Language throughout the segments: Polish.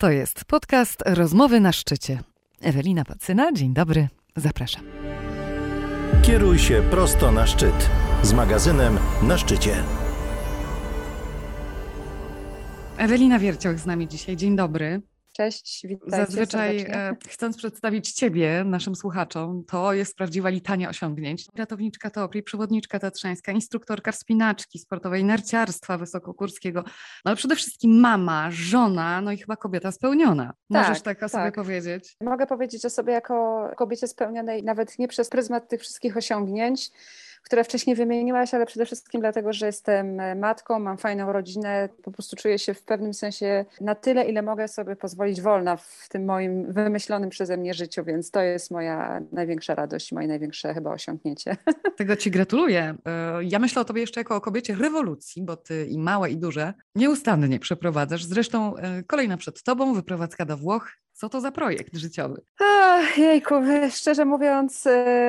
To jest podcast Rozmowy na szczycie. Ewelina Pacyna, dzień dobry, zapraszam. Kieruj się prosto na szczyt z magazynem Na szczycie. Ewelina Wiercioch z nami dzisiaj, dzień dobry. Cześć, witajcie Zazwyczaj serdecznie. chcąc przedstawić Ciebie naszym słuchaczom, to jest prawdziwa litania osiągnięć. Ratowniczka Teoprii, przewodniczka tatrzańska, instruktorka wspinaczki sportowej, narciarstwa wysokogórskiego, no ale przede wszystkim mama, żona, no i chyba kobieta spełniona. Możesz tak o sobie powiedzieć? Mogę powiedzieć o sobie jako kobiecie spełnionej nawet nie przez pryzmat tych wszystkich osiągnięć, które wcześniej wymieniłaś, ale przede wszystkim dlatego, że jestem matką, mam fajną rodzinę, po prostu czuję się w pewnym sensie na tyle, ile mogę sobie pozwolić wolna w tym moim wymyślonym przeze mnie życiu, więc to jest moja największa radość, moje największe chyba osiągnięcie. Tego Ci gratuluję. Ja myślę o Tobie jeszcze jako o kobiecie rewolucji, bo Ty i małe i duże nieustannie przeprowadzasz. Zresztą kolejna przed Tobą, wyprowadzka do Włoch. Co to za projekt życiowy? Jejku, szczerze mówiąc,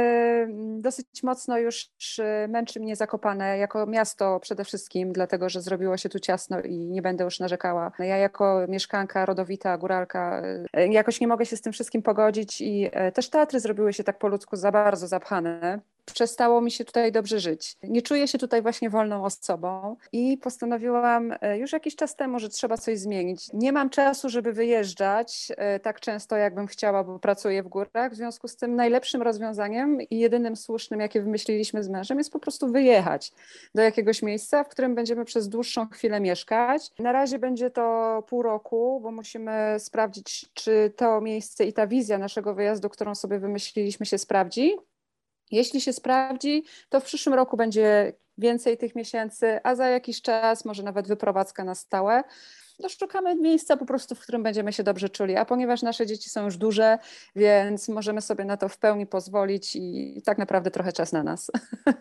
dosyć mocno już męczy mnie Zakopane jako miasto przede wszystkim, dlatego że zrobiło się tu ciasno i nie będę już narzekała. Ja jako mieszkanka rodowita, góralka, jakoś nie mogę się z tym wszystkim pogodzić i też Tatry zrobiły się tak po ludzku za bardzo zapchane. Przestało mi się tutaj dobrze żyć. Nie czuję się tutaj właśnie wolną osobą i postanowiłam już jakiś czas temu, że trzeba coś zmienić. Nie mam czasu, żeby wyjeżdżać tak często, jakbym chciała, bo pracuję w górach. W związku z tym najlepszym rozwiązaniem i jedynym słusznym, jakie wymyśliliśmy z mężem, jest po prostu wyjechać do jakiegoś miejsca, w którym będziemy przez dłuższą chwilę mieszkać. Na razie będzie to pół roku, bo musimy sprawdzić, czy to miejsce i ta wizja naszego wyjazdu, którą sobie wymyśliliśmy, się sprawdzi. Jeśli się sprawdzi, to w przyszłym roku będzie więcej tych miesięcy, a za jakiś czas może nawet wyprowadzka na stałe. No, szukamy miejsca po prostu, w którym będziemy się dobrze czuli, a ponieważ nasze dzieci są już duże, więc możemy sobie na to w pełni pozwolić i tak naprawdę trochę czas na nas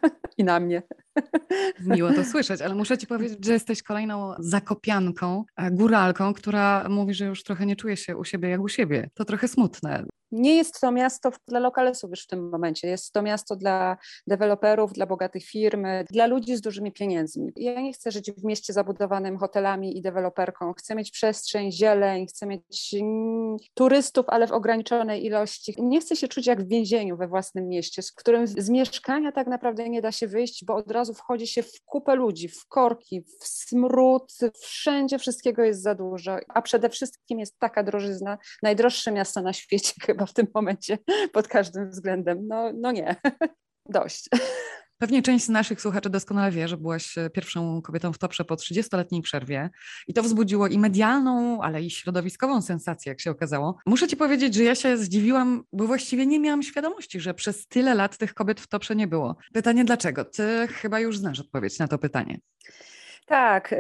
i na mnie. Miło to słyszeć, ale muszę Ci powiedzieć, że jesteś kolejną zakopianką, góralką, która mówi, że już trochę nie czuje się u siebie jak u siebie. To trochę smutne. Nie jest to miasto dla lokalesów już w tym momencie. Jest to miasto dla deweloperów, dla bogatych firm, dla ludzi z dużymi pieniędzmi. Ja nie chcę żyć w mieście zabudowanym hotelami i deweloperką. Chcę mieć przestrzeń, zieleń, chcę mieć turystów, ale w ograniczonej ilości. Nie chcę się czuć jak w więzieniu we własnym mieście, z którym z mieszkania tak naprawdę nie da się wyjść, bo od razu wchodzi się w kupę ludzi, w korki, w smród, wszędzie wszystkiego jest za dużo. A przede wszystkim jest taka drożyzna, najdroższe miasto na świecie chyba w tym momencie pod każdym względem. No nie, dość. Pewnie część z naszych słuchaczy doskonale wie, że byłaś pierwszą kobietą w Toprze po 30-letniej przerwie i to wzbudziło i medialną, ale i środowiskową sensację, jak się okazało. Muszę Ci powiedzieć, że ja się zdziwiłam, bo właściwie nie miałam świadomości, że przez tyle lat tych kobiet w Toprze nie było. Pytanie dlaczego? Ty chyba już znasz odpowiedź na to pytanie. Tak,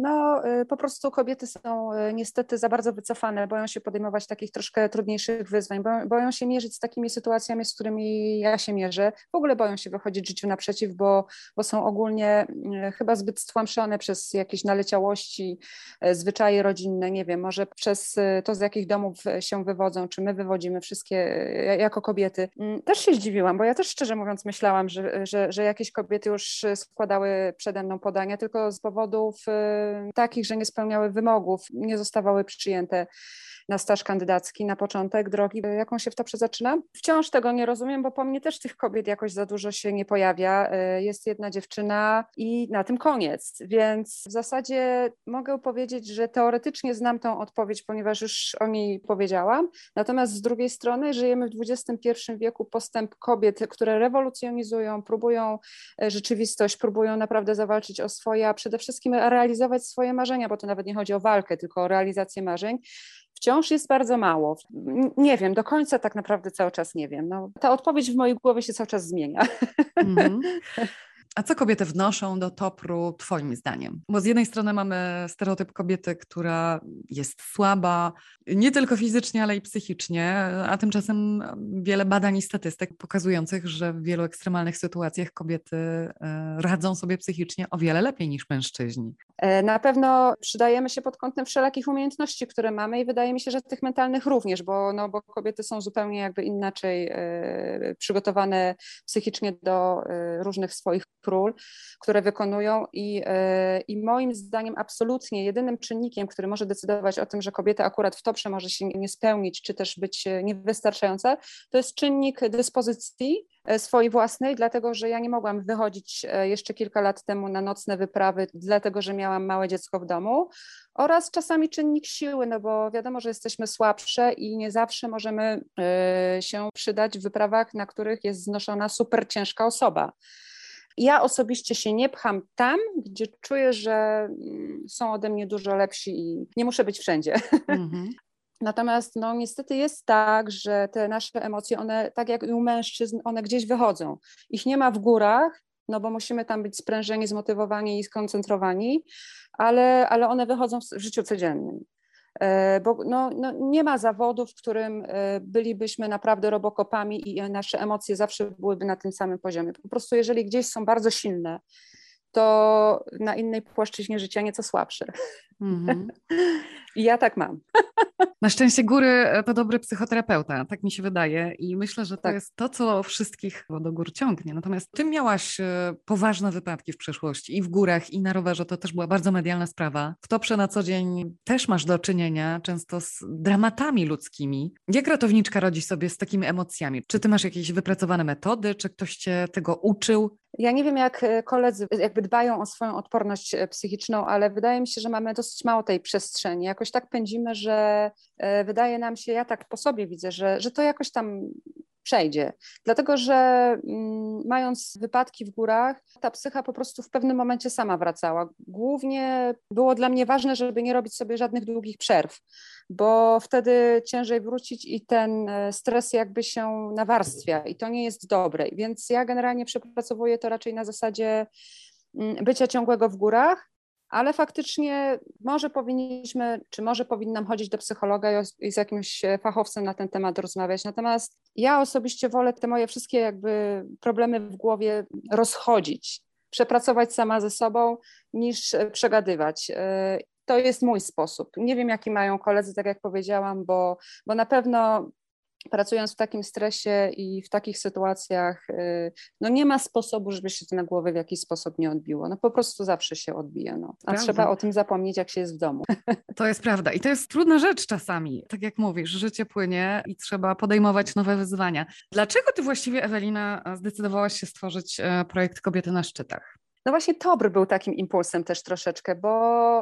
po prostu kobiety są niestety za bardzo wycofane, boją się podejmować takich troszkę trudniejszych wyzwań, boją się mierzyć z takimi sytuacjami, z którymi ja się mierzę. W ogóle boją się wychodzić życiu naprzeciw, bo są ogólnie chyba zbyt stłamszone przez jakieś naleciałości, zwyczaje rodzinne, nie wiem, może przez to, z jakich domów się wywodzą, czy my wywodzimy wszystkie jako kobiety. Też się zdziwiłam, bo ja też szczerze mówiąc myślałam, że jakieś kobiety już składały przede mną podania, tylko z powodów takich, że nie spełniały wymogów, nie zostawały przyjęte na staż kandydacki na początek drogi, jaką się w Toprze zaczyna. Wciąż tego nie rozumiem, bo po mnie też tych kobiet jakoś za dużo się nie pojawia. Jest jedna dziewczyna i na tym koniec. Więc w zasadzie mogę powiedzieć, że teoretycznie znam tą odpowiedź, ponieważ już o niej powiedziałam. Natomiast z drugiej strony żyjemy w XXI wieku, postęp kobiet, które rewolucjonizują, próbują rzeczywistość, próbują naprawdę zawalczyć o swoje, a przede wszystkim realizować swoje marzenia, bo to nawet nie chodzi o walkę, tylko o realizację marzeń. Wciąż jest bardzo mało. Nie wiem, do końca tak naprawdę cały czas nie wiem. Ta odpowiedź w mojej głowie się cały czas zmienia. Mm-hmm. A co kobiety wnoszą do Topru twoim zdaniem? Bo z jednej strony mamy stereotyp kobiety, która jest słaba, nie tylko fizycznie, ale i psychicznie, a tymczasem wiele badań i statystyk pokazujących, że w wielu ekstremalnych sytuacjach kobiety radzą sobie psychicznie o wiele lepiej niż mężczyźni. Na pewno przydajemy się pod kątem wszelakich umiejętności, które mamy i wydaje mi się, że tych mentalnych również, bo kobiety są zupełnie jakby inaczej przygotowane psychicznie do różnych swoich ról, które wykonują i moim zdaniem absolutnie jedynym czynnikiem, który może decydować o tym, że kobieta akurat w toprze może się nie spełnić, czy też być niewystarczająca, to jest czynnik dyspozycji swojej własnej, dlatego że ja nie mogłam wychodzić jeszcze kilka lat temu na nocne wyprawy, dlatego że miałam małe dziecko w domu, oraz czasami czynnik siły, no bo wiadomo, że jesteśmy słabsze i nie zawsze możemy się przydać w wyprawach, na których jest znoszona super ciężka osoba. Ja osobiście się nie pcham tam, gdzie czuję, że są ode mnie dużo lepsi i nie muszę być wszędzie. Mm-hmm. Natomiast no, niestety jest tak, że te nasze emocje, one tak jak i u mężczyzn, one gdzieś wychodzą. Ich nie ma w górach, no bo musimy tam być sprężeni, zmotywowani i skoncentrowani, ale one wychodzą w życiu codziennym. Bo nie ma zawodu, w którym bylibyśmy naprawdę robokopami i nasze emocje zawsze byłyby na tym samym poziomie. Po prostu jeżeli gdzieś są bardzo silne, to na innej płaszczyźnie życia nieco słabsze. Mm-hmm. I ja tak mam. Na szczęście góry to dobry psychoterapeuta, tak mi się wydaje i myślę, że to jest to, co wszystkich do gór ciągnie. Natomiast ty miałaś poważne wypadki w przeszłości i w górach, i na rowerze, to też była bardzo medialna sprawa. W toprze na co dzień też masz do czynienia często z dramatami ludzkimi. Jak ratowniczka radzi sobie z takimi emocjami? Czy ty masz jakieś wypracowane metody, czy ktoś cię tego uczył? Ja nie wiem, jak koledzy jakby dbają o swoją odporność psychiczną, ale wydaje mi się, że mamy dosyć mało tej przestrzeni. Jakoś tak pędzimy, że wydaje nam się, ja tak po sobie widzę, że to jakoś tam przejdzie. Dlatego, że mając wypadki w górach, ta psycha po prostu w pewnym momencie sama wracała. Głównie było dla mnie ważne, żeby nie robić sobie żadnych długich przerw, bo wtedy ciężej wrócić i ten stres jakby się nawarstwia i to nie jest dobre. Więc ja generalnie przepracowuję to raczej na zasadzie bycia ciągłego w górach, ale faktycznie może powinnam chodzić do psychologa i z jakimś fachowcem na ten temat rozmawiać. Natomiast ja osobiście wolę te moje wszystkie jakby problemy w głowie rozchodzić, przepracować sama ze sobą, niż przegadywać. To jest mój sposób. Nie wiem, jaki mają koledzy, tak jak powiedziałam, bo na pewno pracując w takim stresie i w takich sytuacjach, no nie ma sposobu, żeby się to na głowie w jakiś sposób nie odbiło. No po prostu zawsze się odbije. No. A trzeba o tym zapomnieć, jak się jest w domu. To jest prawda i to jest trudna rzecz czasami. Tak jak mówisz, życie płynie i trzeba podejmować nowe wyzwania. Dlaczego ty właściwie, Ewelina, zdecydowałaś się stworzyć projekt Kobiety na szczytach? No właśnie TOBR był takim impulsem też troszeczkę, bo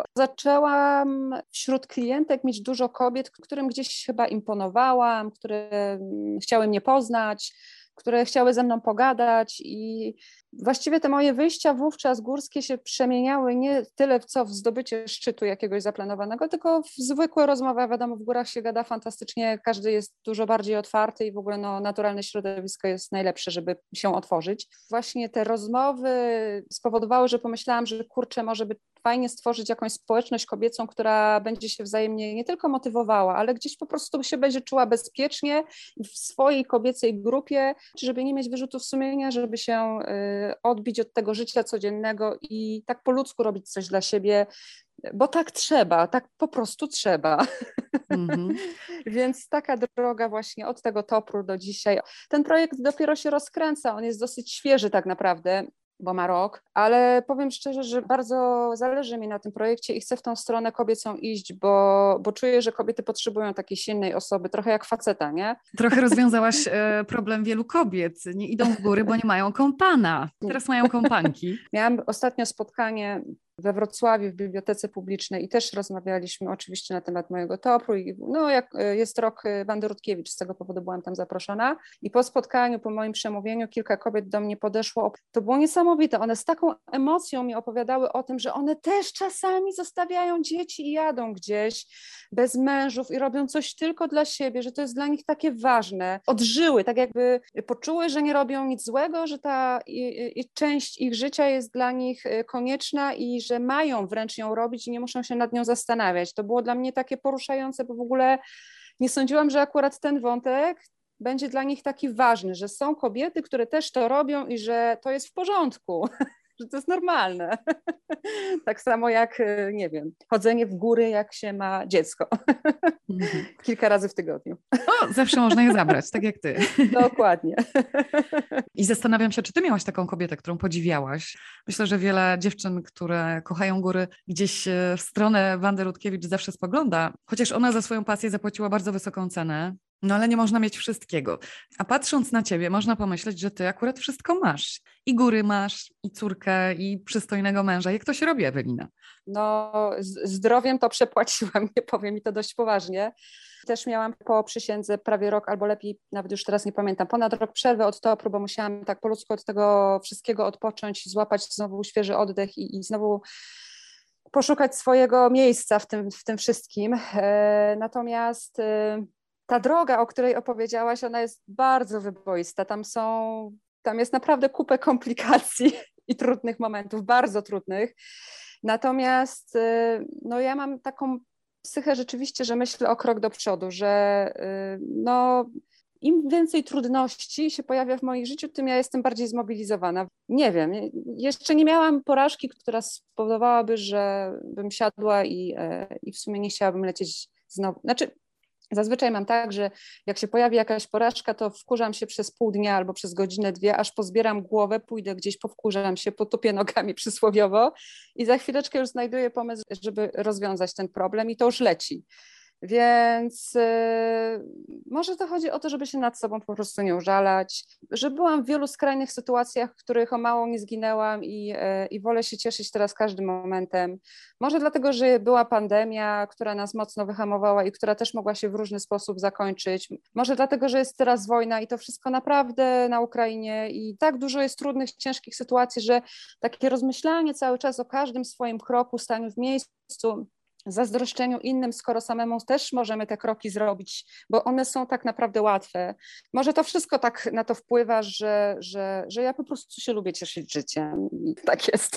zaczęłam wśród klientek mieć dużo kobiet, którym gdzieś chyba imponowałam, które chciały mnie poznać, które chciały ze mną pogadać i właściwie te moje wyjścia wówczas górskie się przemieniały nie tyle w zdobycie szczytu jakiegoś zaplanowanego, tylko w zwykłe rozmowy. Wiadomo, w górach się gada fantastycznie, każdy jest dużo bardziej otwarty i w ogóle naturalne środowisko jest najlepsze, żeby się otworzyć. Właśnie te rozmowy spowodowały, że pomyślałam, że kurczę, może by fajnie stworzyć jakąś społeczność kobiecą, która będzie się wzajemnie nie tylko motywowała, ale gdzieś po prostu się będzie czuła bezpiecznie w swojej kobiecej grupie, żeby nie mieć wyrzutów sumienia, żeby się odbić od tego życia codziennego i tak po ludzku robić coś dla siebie, bo tak trzeba, tak po prostu trzeba. Mm-hmm. Więc taka droga właśnie od tego TOPR-u do dzisiaj. Ten projekt dopiero się rozkręca, on jest dosyć świeży tak naprawdę, bo ma rok, ale powiem szczerze, że bardzo zależy mi na tym projekcie i chcę w tą stronę kobiecą iść, bo czuję, że kobiety potrzebują takiej silnej osoby, trochę jak faceta, nie? Trochę rozwiązałaś problem wielu kobiet. Nie idą w góry, bo nie mają kompana. Teraz mają kompanki. Miałam ostatnio spotkanie we Wrocławiu w Bibliotece Publicznej i też rozmawialiśmy oczywiście na temat mojego TOPR-u i jak jest rok Wandy Rutkiewicz, z tego powodu byłam tam zaproszona i po spotkaniu, po moim przemówieniu kilka kobiet do mnie podeszło. To było niesamowite, one z taką emocją mi opowiadały o tym, że one też czasami zostawiają dzieci i jadą gdzieś bez mężów i robią coś tylko dla siebie, że to jest dla nich takie ważne. Odżyły, tak jakby poczuły, że nie robią nic złego, że ta część ich życia jest dla nich konieczna i że mają wręcz ją robić i nie muszą się nad nią zastanawiać. To było dla mnie takie poruszające, bo w ogóle nie sądziłam, że akurat ten wątek będzie dla nich taki ważny, że są kobiety, które też to robią i że to jest w porządku, że to jest normalne. Tak samo jak, nie wiem, chodzenie w góry, jak się ma dziecko. Kilka razy w tygodniu. No, zawsze można je zabrać, tak jak ty. Dokładnie. I zastanawiam się, czy ty miałaś taką kobietę, którą podziwiałaś? Myślę, że wiele dziewczyn, które kochają góry, gdzieś w stronę Wandy Rutkiewicz zawsze spogląda, chociaż ona za swoją pasję zapłaciła bardzo wysoką cenę. No ale nie można mieć wszystkiego. A patrząc na ciebie, można pomyśleć, że ty akurat wszystko masz. I góry masz, i córkę, i przystojnego męża. Jak to się robi, Ewelina? No, zdrowiem to przepłaciłam, nie powiem mi to dość poważnie. Też miałam po przysiędze prawie rok, albo lepiej, nawet już teraz nie pamiętam, ponad rok przerwy od topru, bo musiałam tak po ludzku od tego wszystkiego odpocząć, złapać znowu świeży oddech i znowu poszukać swojego miejsca w tym wszystkim. Natomiast ta droga, o której opowiedziałaś, ona jest bardzo wyboista. Tam jest naprawdę kupę komplikacji i trudnych momentów, bardzo trudnych. Natomiast no, ja mam taką psychę rzeczywiście, że myślę o krok do przodu, że no, im więcej trudności się pojawia w moim życiu, tym ja jestem bardziej zmobilizowana. Nie wiem, jeszcze nie miałam porażki, która spowodowałaby, że bym siadła i w sumie nie chciałabym lecieć znowu. Znaczy, zazwyczaj mam tak, że jak się pojawi jakaś porażka, to wkurzam się przez pół dnia albo przez godzinę, dwie, aż pozbieram głowę, pójdę gdzieś, powkurzam się, potupię nogami przysłowiowo i za chwileczkę już znajduję pomysł, żeby rozwiązać ten problem i to już leci. Więc może to chodzi o to, żeby się nad sobą po prostu nie użalać, że byłam w wielu skrajnych sytuacjach, w których o mało nie zginęłam i wolę się cieszyć teraz każdym momentem. Może dlatego, że była pandemia, która nas mocno wyhamowała i która też mogła się w różny sposób zakończyć. Może dlatego, że jest teraz wojna i to wszystko naprawdę na Ukrainie i tak dużo jest trudnych, ciężkich sytuacji, że takie rozmyślanie cały czas o każdym swoim kroku, staniu w miejscu, zazdroszczeniu innym, skoro samemu też możemy te kroki zrobić, bo one są tak naprawdę łatwe. Może to wszystko tak na to wpływa, że ja po prostu się lubię cieszyć życiem i tak jest.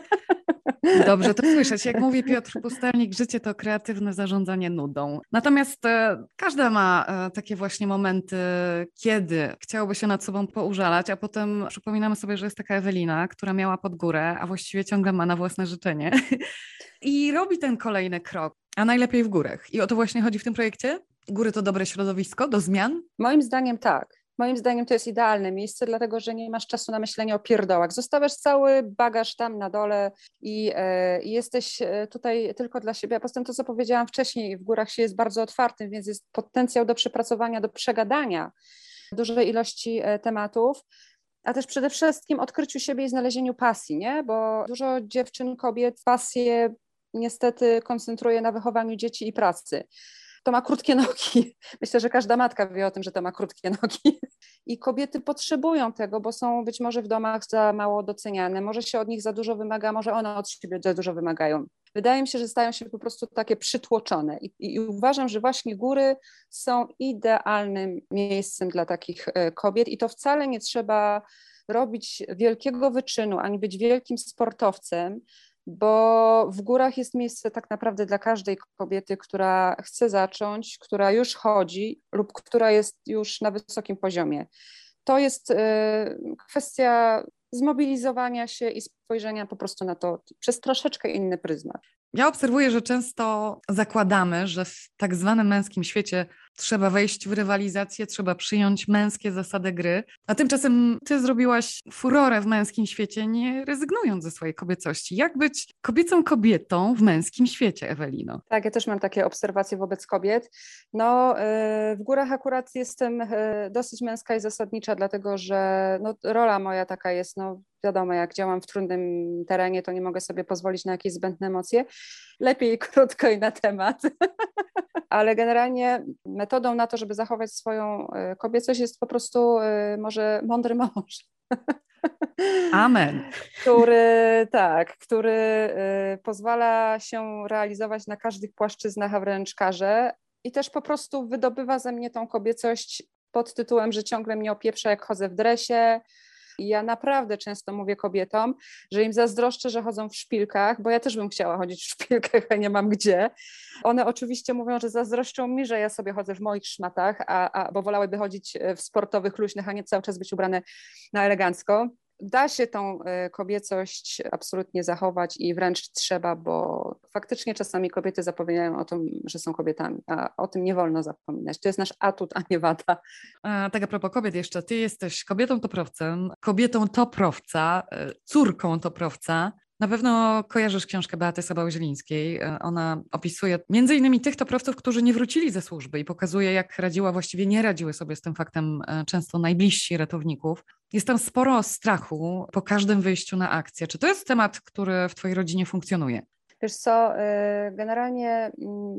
Dobrze to słyszeć. Jak mówi Piotr Pustelnik, życie to kreatywne zarządzanie nudą. Natomiast każda ma takie właśnie momenty, kiedy chciałoby się nad sobą poużalać, a potem przypominamy sobie, że jest taka Ewelina, która miała pod górę, a właściwie ciągle ma na własne życzenie i robi ten kolejny krok, a najlepiej w górach. I o to właśnie chodzi w tym projekcie? Góry to dobre środowisko do zmian? Moim zdaniem tak. Moim zdaniem to jest idealne miejsce, dlatego że nie masz czasu na myślenie o pierdołach. Zostawiasz cały bagaż tam na dole i jesteś tutaj tylko dla siebie. A poza tym to, co powiedziałam wcześniej, w górach się jest bardzo otwartym, więc jest potencjał do przepracowania, do przegadania dużej ilości tematów, a też przede wszystkim odkryciu siebie i znalezieniu pasji, nie? Bo dużo dziewczyn, kobiet pasję niestety koncentruje na wychowaniu dzieci i pracy. To ma krótkie nogi. Myślę, że każda matka wie o tym, że to ma krótkie nogi. I kobiety potrzebują tego, bo są być może w domach za mało doceniane, może się od nich za dużo wymaga, może one od siebie za dużo wymagają. Wydaje mi się, że stają się po prostu takie przytłoczone i uważam, że właśnie góry są idealnym miejscem dla takich kobiet i to wcale nie trzeba robić wielkiego wyczynu, ani być wielkim sportowcem, bo w górach jest miejsce tak naprawdę dla każdej kobiety, która chce zacząć, która już chodzi lub która jest już na wysokim poziomie. To jest kwestia zmobilizowania się i spojrzenia po prostu na to przez troszeczkę inny pryzmat. Ja obserwuję, że często zakładamy, że w tak zwanym męskim świecie trzeba wejść w rywalizację, trzeba przyjąć męskie zasady gry, a tymczasem ty zrobiłaś furorę w męskim świecie, nie rezygnując ze swojej kobiecości. Jak być kobiecą kobietą w męskim świecie, Ewelino? Tak, ja też mam takie obserwacje wobec kobiet. No, w górach akurat jestem dosyć męska i zasadnicza, dlatego że no, rola moja taka jest, no wiadomo, jak działam w trudnym terenie, to nie mogę sobie pozwolić na jakieś zbędne emocje. Lepiej krótko i na temat. Ale generalnie metodą na to, żeby zachować swoją kobiecość jest po prostu może mądry mąż. Amen. Który pozwala się realizować na każdych płaszczyznach, a wręcz każe i też po prostu wydobywa ze mnie tą kobiecość pod tytułem, że ciągle mnie opieprza, jak chodzę w dresie. I ja naprawdę często mówię kobietom, że im zazdroszczę, że chodzą w szpilkach, bo ja też bym chciała chodzić w szpilkach, a nie mam gdzie. One oczywiście mówią, że zazdroszczą mi, że ja sobie chodzę w moich szmatach, bo wolałyby chodzić w sportowych, luźnych, a nie cały czas być ubrane na elegancko. da się tą kobiecość absolutnie zachować i wręcz trzeba, bo faktycznie czasami kobiety zapominają o tym, że są kobietami, a o tym nie wolno zapominać. To jest nasz atut, a nie wada. A tak a propos kobiet jeszcze, ty jesteś kobietą toprowcem, kobietą toprowca, córką toprowca. Na pewno kojarzysz książkę Beaty Sabał-Zielińskiej. Ona opisuje między innymi tych toprowców, którzy nie wrócili ze służby i pokazuje, jak radziła, właściwie nie radziły sobie z tym faktem często najbliżsi ratowników. Jest tam sporo strachu po każdym wyjściu na akcję. Czy to jest temat, który w twojej rodzinie funkcjonuje? Wiesz co, generalnie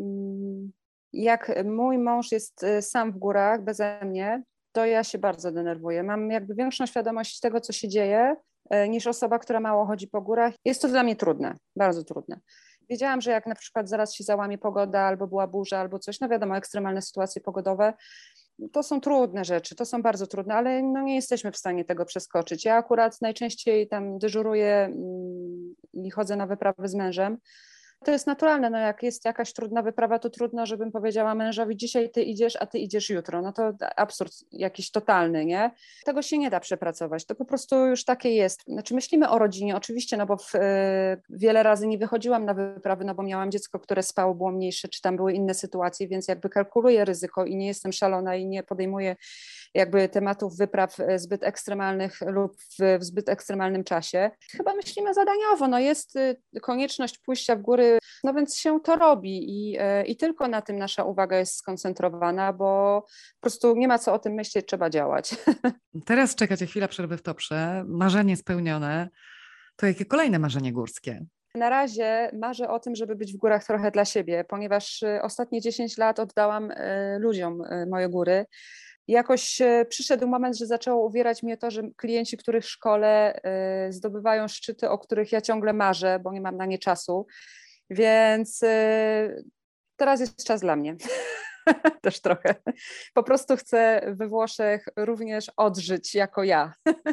jak mój mąż jest sam w górach beze mnie, to ja się bardzo denerwuję. Mam jakby większą świadomość tego, co się dzieje, niż osoba, która mało chodzi po górach. Jest to dla mnie trudne, bardzo trudne. Wiedziałam, że jak na przykład zaraz się załamie pogoda, albo była burza, albo coś, no wiadomo, ekstremalne sytuacje pogodowe, to są trudne rzeczy, to są bardzo trudne, ale no nie jesteśmy w stanie tego przeskoczyć. Ja akurat najczęściej tam dyżuruję i chodzę na wyprawy z mężem. To jest naturalne, no jak jest jakaś trudna wyprawa, to trudno, żebym powiedziała mężowi, dzisiaj ty idziesz, a ty idziesz jutro. No to absurd jakiś totalny, nie? Tego się nie da przepracować, to po prostu już takie jest. Znaczy myślimy o rodzinie, oczywiście, no bo wiele razy nie wychodziłam na wyprawy, no bo miałam dziecko, które spało, było mniejsze, czy tam były inne sytuacje, więc jakby kalkuluję ryzyko i nie jestem szalona i nie podejmuję jakby tematów wypraw zbyt ekstremalnych lub w zbyt ekstremalnym czasie. Chyba myślimy zadaniowo, no jest konieczność pójścia w góry, no więc się to robi i tylko na tym nasza uwaga jest skoncentrowana, bo po prostu nie ma co o tym myśleć, trzeba działać. Teraz czeka cię chwila przerwy w toprze, marzenie spełnione. To jakie kolejne marzenie górskie? Na razie marzę o tym, żeby być w górach trochę dla siebie, ponieważ ostatnie 10 lat oddałam ludziom moje góry. Jakoś przyszedł moment, że zaczęło uwierać mnie to, że klienci, których szkole, zdobywają szczyty, o których ja ciągle marzę, bo nie mam na nie czasu. Więc teraz jest czas dla mnie. Też trochę. Po prostu chcę we Włoszech również odżyć jako ja.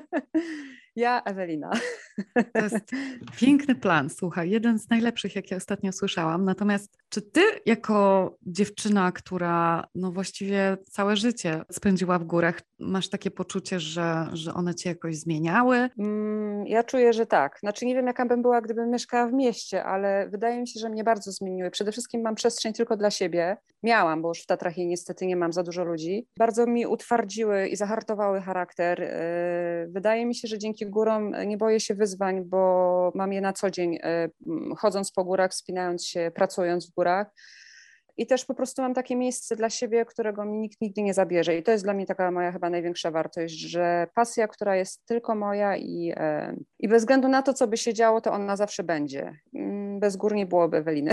Ja, Ewelina. To jest piękny plan, słuchaj, jeden z najlepszych, jakie ostatnio słyszałam. Natomiast czy ty jako dziewczyna, która no właściwie całe życie spędziła w górach, masz takie poczucie, że one cię jakoś zmieniały? Ja czuję, że tak. Znaczy nie wiem, jaka bym była, gdybym mieszkała w mieście, ale wydaje mi się, że mnie bardzo zmieniły. Przede wszystkim mam przestrzeń tylko dla siebie. Miałam, bo już w Tatrach jej niestety nie mam za dużo ludzi. Bardzo mi utwardziły i zahartowały charakter. Wydaje mi się, że dzięki górom nie boję się wyzwań, bo mam je na co dzień, chodząc po górach, wspinając się, pracując w górach. I też po prostu mam takie miejsce dla siebie, którego mi nikt nigdy nie zabierze. I to jest dla mnie taka moja chyba największa wartość, że pasja, która jest tylko moja i bez względu na to, co by się działo, to ona zawsze będzie. Bez gór nie byłoby Eweliny.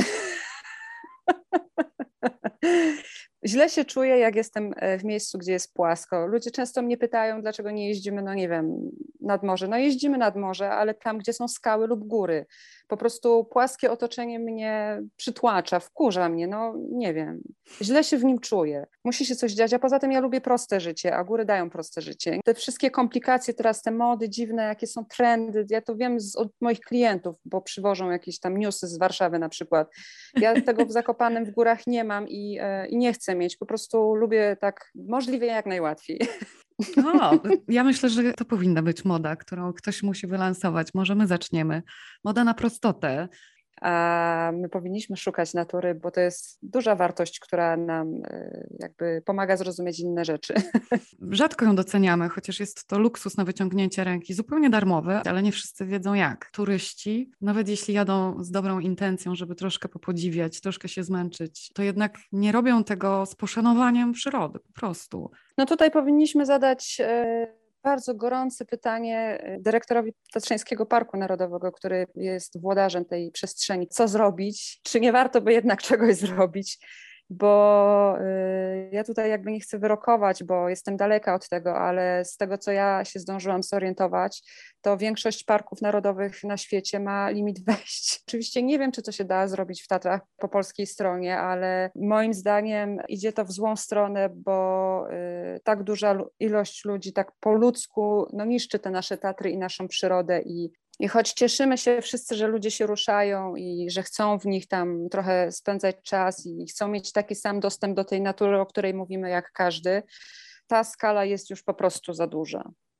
Źle się czuję, jak jestem w miejscu, gdzie jest płasko. Ludzie często mnie pytają, dlaczego nie jeździmy, no nie wiem, nad morze. No jeździmy nad morze, ale tam, gdzie są skały lub góry. Po prostu płaskie otoczenie mnie przytłacza, wkurza mnie, no nie wiem. Źle się w nim czuję. Musi się coś dziać, a poza tym ja lubię proste życie, a góry dają proste życie. Te wszystkie komplikacje teraz, te mody dziwne, jakie są trendy, ja to wiem od moich klientów, bo przywożą jakieś tam newsy z Warszawy na przykład. Ja tego w Zakopanem w górach nie mam i nie chcę mieć. Po prostu lubię tak możliwie jak najłatwiej. O, ja myślę, że to powinna być moda, którą ktoś musi wylansować. Może my zaczniemy. Moda na prostotę. A my powinniśmy szukać natury, bo to jest duża wartość, która nam jakby pomaga zrozumieć inne rzeczy. Rzadko ją doceniamy, chociaż jest to luksus na wyciągnięcie ręki, zupełnie darmowy, ale nie wszyscy wiedzą jak. Turyści, nawet jeśli jadą z dobrą intencją, żeby troszkę popodziwiać, troszkę się zmęczyć, to jednak nie robią tego z poszanowaniem przyrody, po prostu. No tutaj powinniśmy zadać bardzo gorące pytanie dyrektorowi Tatrzańskiego Parku Narodowego, który jest włodarzem tej przestrzeni. Co zrobić? Czy nie warto by jednak czegoś zrobić? Bo ja tutaj jakby nie chcę wyrokować, bo jestem daleka od tego, ale z tego, co ja się zdążyłam zorientować, to większość parków narodowych na świecie ma limit wejść. Oczywiście nie wiem, czy to się da zrobić w Tatrach po polskiej stronie, ale moim zdaniem idzie to w złą stronę, bo tak duża ilość ludzi tak po ludzku no, niszczy te nasze Tatry i naszą przyrodę i choć cieszymy się wszyscy, że ludzie się ruszają i że chcą w nich tam trochę spędzać czas i chcą mieć taki sam dostęp do tej natury, o której mówimy jak każdy, ta skala jest już po prostu za duża.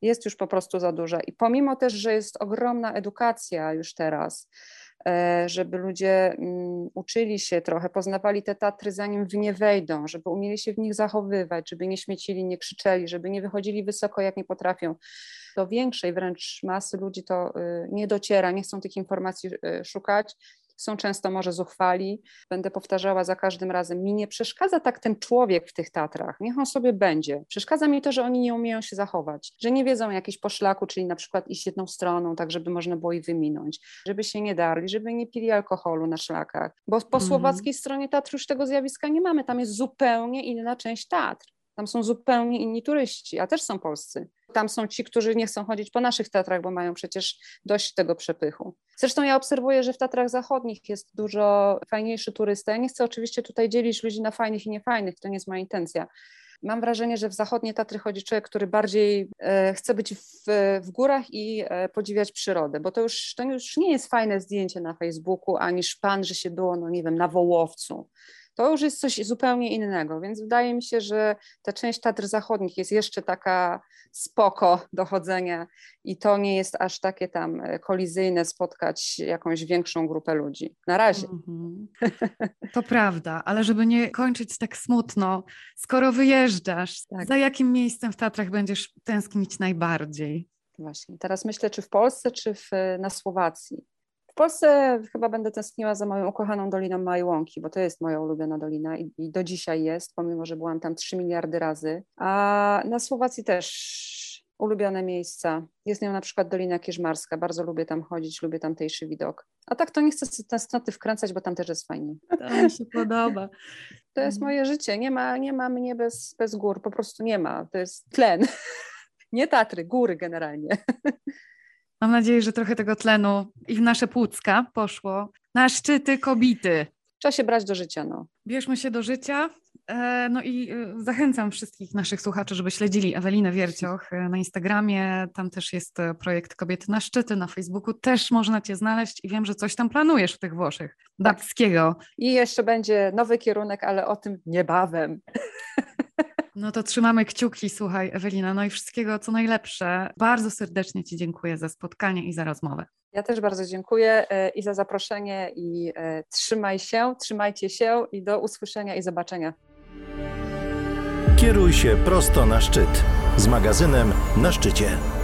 Jest już po prostu za duża. I pomimo też, że jest ogromna edukacja już teraz, żeby ludzie uczyli się trochę, poznawali te Tatry, zanim w nie wejdą, żeby umieli się w nich zachowywać, żeby nie śmiecili, nie krzyczeli, żeby nie wychodzili wysoko, jak nie potrafią. Do większej wręcz masy ludzi to nie dociera, nie chcą tych informacji szukać. Są często może zuchwali. Będę powtarzała za każdym razem, mi nie przeszkadza tak ten człowiek w tych Tatrach, niech on sobie będzie. Przeszkadza mi to, że oni nie umieją się zachować, że nie wiedzą jakiś poszlaku, czyli na przykład iść jedną stroną, tak żeby można było ich wyminąć, żeby się nie darli, żeby nie pili alkoholu na szlakach, bo po słowackiej stronie Tatr już tego zjawiska nie mamy, tam jest zupełnie inna część Tatr. Tam są zupełnie inni turyści, a też są polscy. Tam są ci, którzy nie chcą chodzić po naszych Tatrach, bo mają przecież dość tego przepychu. Zresztą ja obserwuję, że w Tatrach Zachodnich jest dużo fajniejszy turysta. Ja nie chcę oczywiście tutaj dzielić ludzi na fajnych i niefajnych, to nie jest moja intencja. Mam wrażenie, że w zachodnie Tatry chodzi człowiek, który bardziej chce być w górach i podziwiać przyrodę, bo to już nie jest fajne zdjęcie na Facebooku, ani szpan, że się było, no nie wiem, na Wołowcu. To już jest coś zupełnie innego, więc wydaje mi się, że ta część Tatr Zachodnich jest jeszcze taka spoko do chodzenia i to nie jest aż takie tam kolizyjne spotkać jakąś większą grupę ludzi. Na razie. To prawda, ale żeby nie kończyć tak smutno, skoro wyjeżdżasz, za jakim miejscem w Tatrach będziesz tęsknić najbardziej? Właśnie, teraz myślę, czy w Polsce, czy na Słowacji. W Polsce chyba będę tęskniła za moją ukochaną Doliną Małej Łąki, bo to jest moja ulubiona dolina i do dzisiaj jest, pomimo że byłam tam 3 miliardy razy. A na Słowacji też ulubione miejsca. Jest nią na przykład Dolina Kierzmarska, bardzo lubię tam chodzić, lubię tamtejszy widok. A tak to nie chcę tęsknoty wkręcać, bo tam też jest fajnie. To mi się podoba. To jest moje życie, nie ma mnie bez gór, po prostu nie ma, to jest tlen. Nie Tatry, góry generalnie. Mam nadzieję, że trochę tego tlenu i w nasze płucka poszło na szczyty Kobity. Trzeba się brać do życia, no. Bierzmy się do życia. No i zachęcam wszystkich naszych słuchaczy, żeby śledzili Ewelinę Wiercioch na Instagramie. Tam też jest projekt Kobiety na szczyty. Na Facebooku też można Cię znaleźć i wiem, że coś tam planujesz w tych Włoszech. Babskiego. I jeszcze będzie nowy kierunek, ale o tym niebawem. No to trzymamy kciuki, słuchaj Ewelina, no i wszystkiego co najlepsze. Bardzo serdecznie Ci dziękuję za spotkanie i za rozmowę. Ja też bardzo dziękuję i za zaproszenie i trzymajcie się i do usłyszenia i zobaczenia. Kieruj się prosto na szczyt z magazynem Na Szczycie.